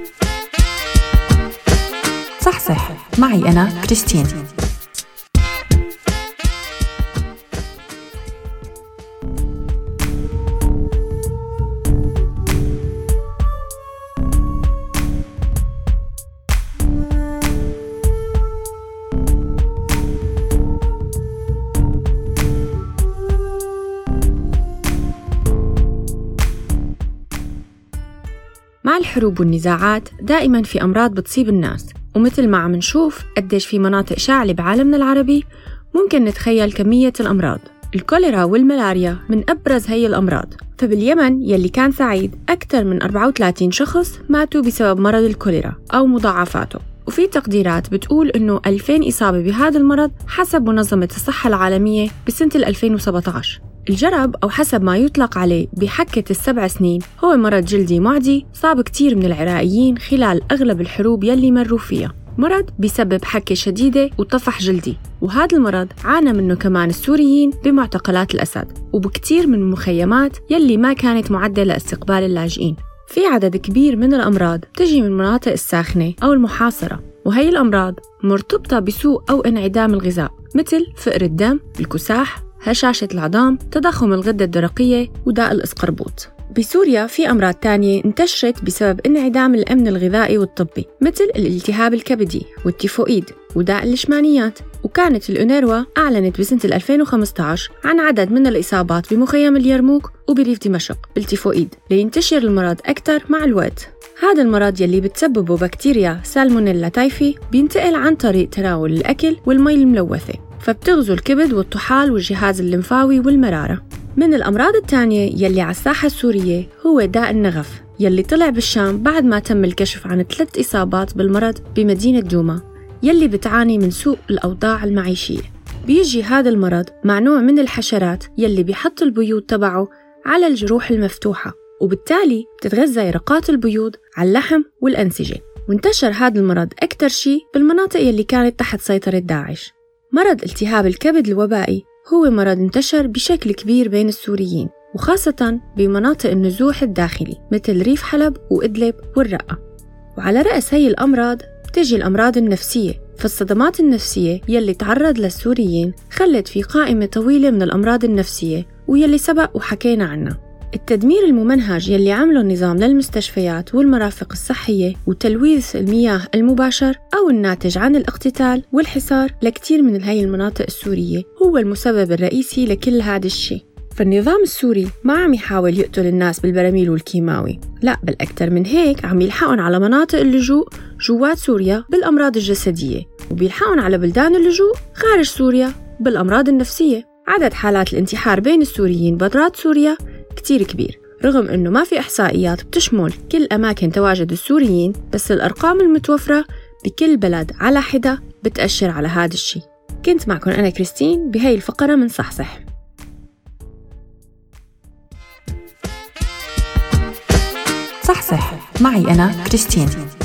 صح معي أنا كريستين. مع الحروب والنزاعات دائماً في أمراض بتصيب الناس، ومثل ما عم نشوف قديش في مناطق شاعلة بعالمنا العربي ممكن نتخيل كمية الأمراض. الكوليرا والملاريا من أبرز هي الأمراض. فباليمن يلي كان سعيد أكثر من 34 شخص ماتوا بسبب مرض الكوليرا أو مضاعفاته، وفي تقديرات بتقول إنه 2000 إصابة بهذا المرض حسب منظمة الصحة العالمية بسنة 2017. الجرب أو حسب ما يطلق عليه بحكة ال7 سنين هو مرض جلدي معدي صاب كتير من العراقيين خلال أغلب الحروب يلي مروا فيها. مرض بسبب حكة شديدة وطفح جلدي، وهذا المرض عانى منه كمان السوريين بمعتقلات الأسد وبكتير من المخيمات يلي ما كانت معدة لاستقبال اللاجئين. في عدد كبير من الأمراض تجي من المناطق الساخنة أو المحاصرة، وهي الأمراض مرتبطة بسوء أو انعدام الغذاء مثل فقر الدم، الكساح، هشاشة العظام، تضخم الغدة الدرقية، وداء الإسقربوط. بسوريا في أمراض تانية انتشرت بسبب انعدام الأمن الغذائي والطبي مثل الالتهاب الكبدي والتيفوئيد وداء الليشمانيات. وكانت الأونروا أعلنت بسنة 2015 عن عدد من الإصابات بمخيم اليرموك وبريف دمشق بالتيفوئيد لينتشر المرض أكثر مع الوقت. هذا المرض يلي بتسببه بكتيريا سالمونيلا تايفي بينتقل عن طريق تناول الأكل والمي الملوثة، فبتغزو الكبد والطحال والجهاز الليمفاوي والمرارة. من الأمراض التانية يلي على الساحة السورية هو داء النغف يلي طلع بالشام بعد ما تم الكشف عن 3 إصابات بالمرض بمدينة دوما يلي بتعاني من سوء الأوضاع المعيشية. بيجي هذا المرض مع نوع من الحشرات يلي بيحط البيوض تبعه على الجروح المفتوحة، وبالتالي بتتغذى يرقات البيوض على اللحم والأنسجة. وانتشر هذا المرض أكتر شيء بالمناطق يلي كانت تحت سيطرة داعش. مرض التهاب الكبد الوبائي هو مرض انتشر بشكل كبير بين السوريين، وخاصة بمناطق النزوح الداخلي مثل ريف حلب وإدلب والرقة. وعلى رأس هي الأمراض بتجي الأمراض النفسية. فالصدمات النفسية يلي تعرض للسوريين خلت في قائمة طويلة من الأمراض النفسية ويلي سبق وحكينا عنها. التدمير الممنهج يلي عمله النظام للمستشفيات والمرافق الصحية وتلويث المياه المباشر أو الناتج عن الاقتتال والحصار لكتير من هاي المناطق السورية هو المسبب الرئيسي لكل هذا الشيء. فالنظام السوري ما عم يحاول يقتل الناس بالبراميل والكيماوي، لا بالأكثر من هيك عم يلحقون على مناطق اللجوء جوات سوريا بالأمراض الجسدية، وبيلحقون على بلدان اللجوء خارج سوريا بالأمراض النفسية. عدد حالات الانتحار بين السوريين برات سوريا كتير كبير، رغم أنه ما في إحصائيات بتشمل كل أماكن تواجد السوريين، بس الأرقام المتوفرة بكل بلد على حدة بتأشر على هذا الشيء. كنت معكم أنا كريستين بهاي الفقرة من صح معي أنا كريستين.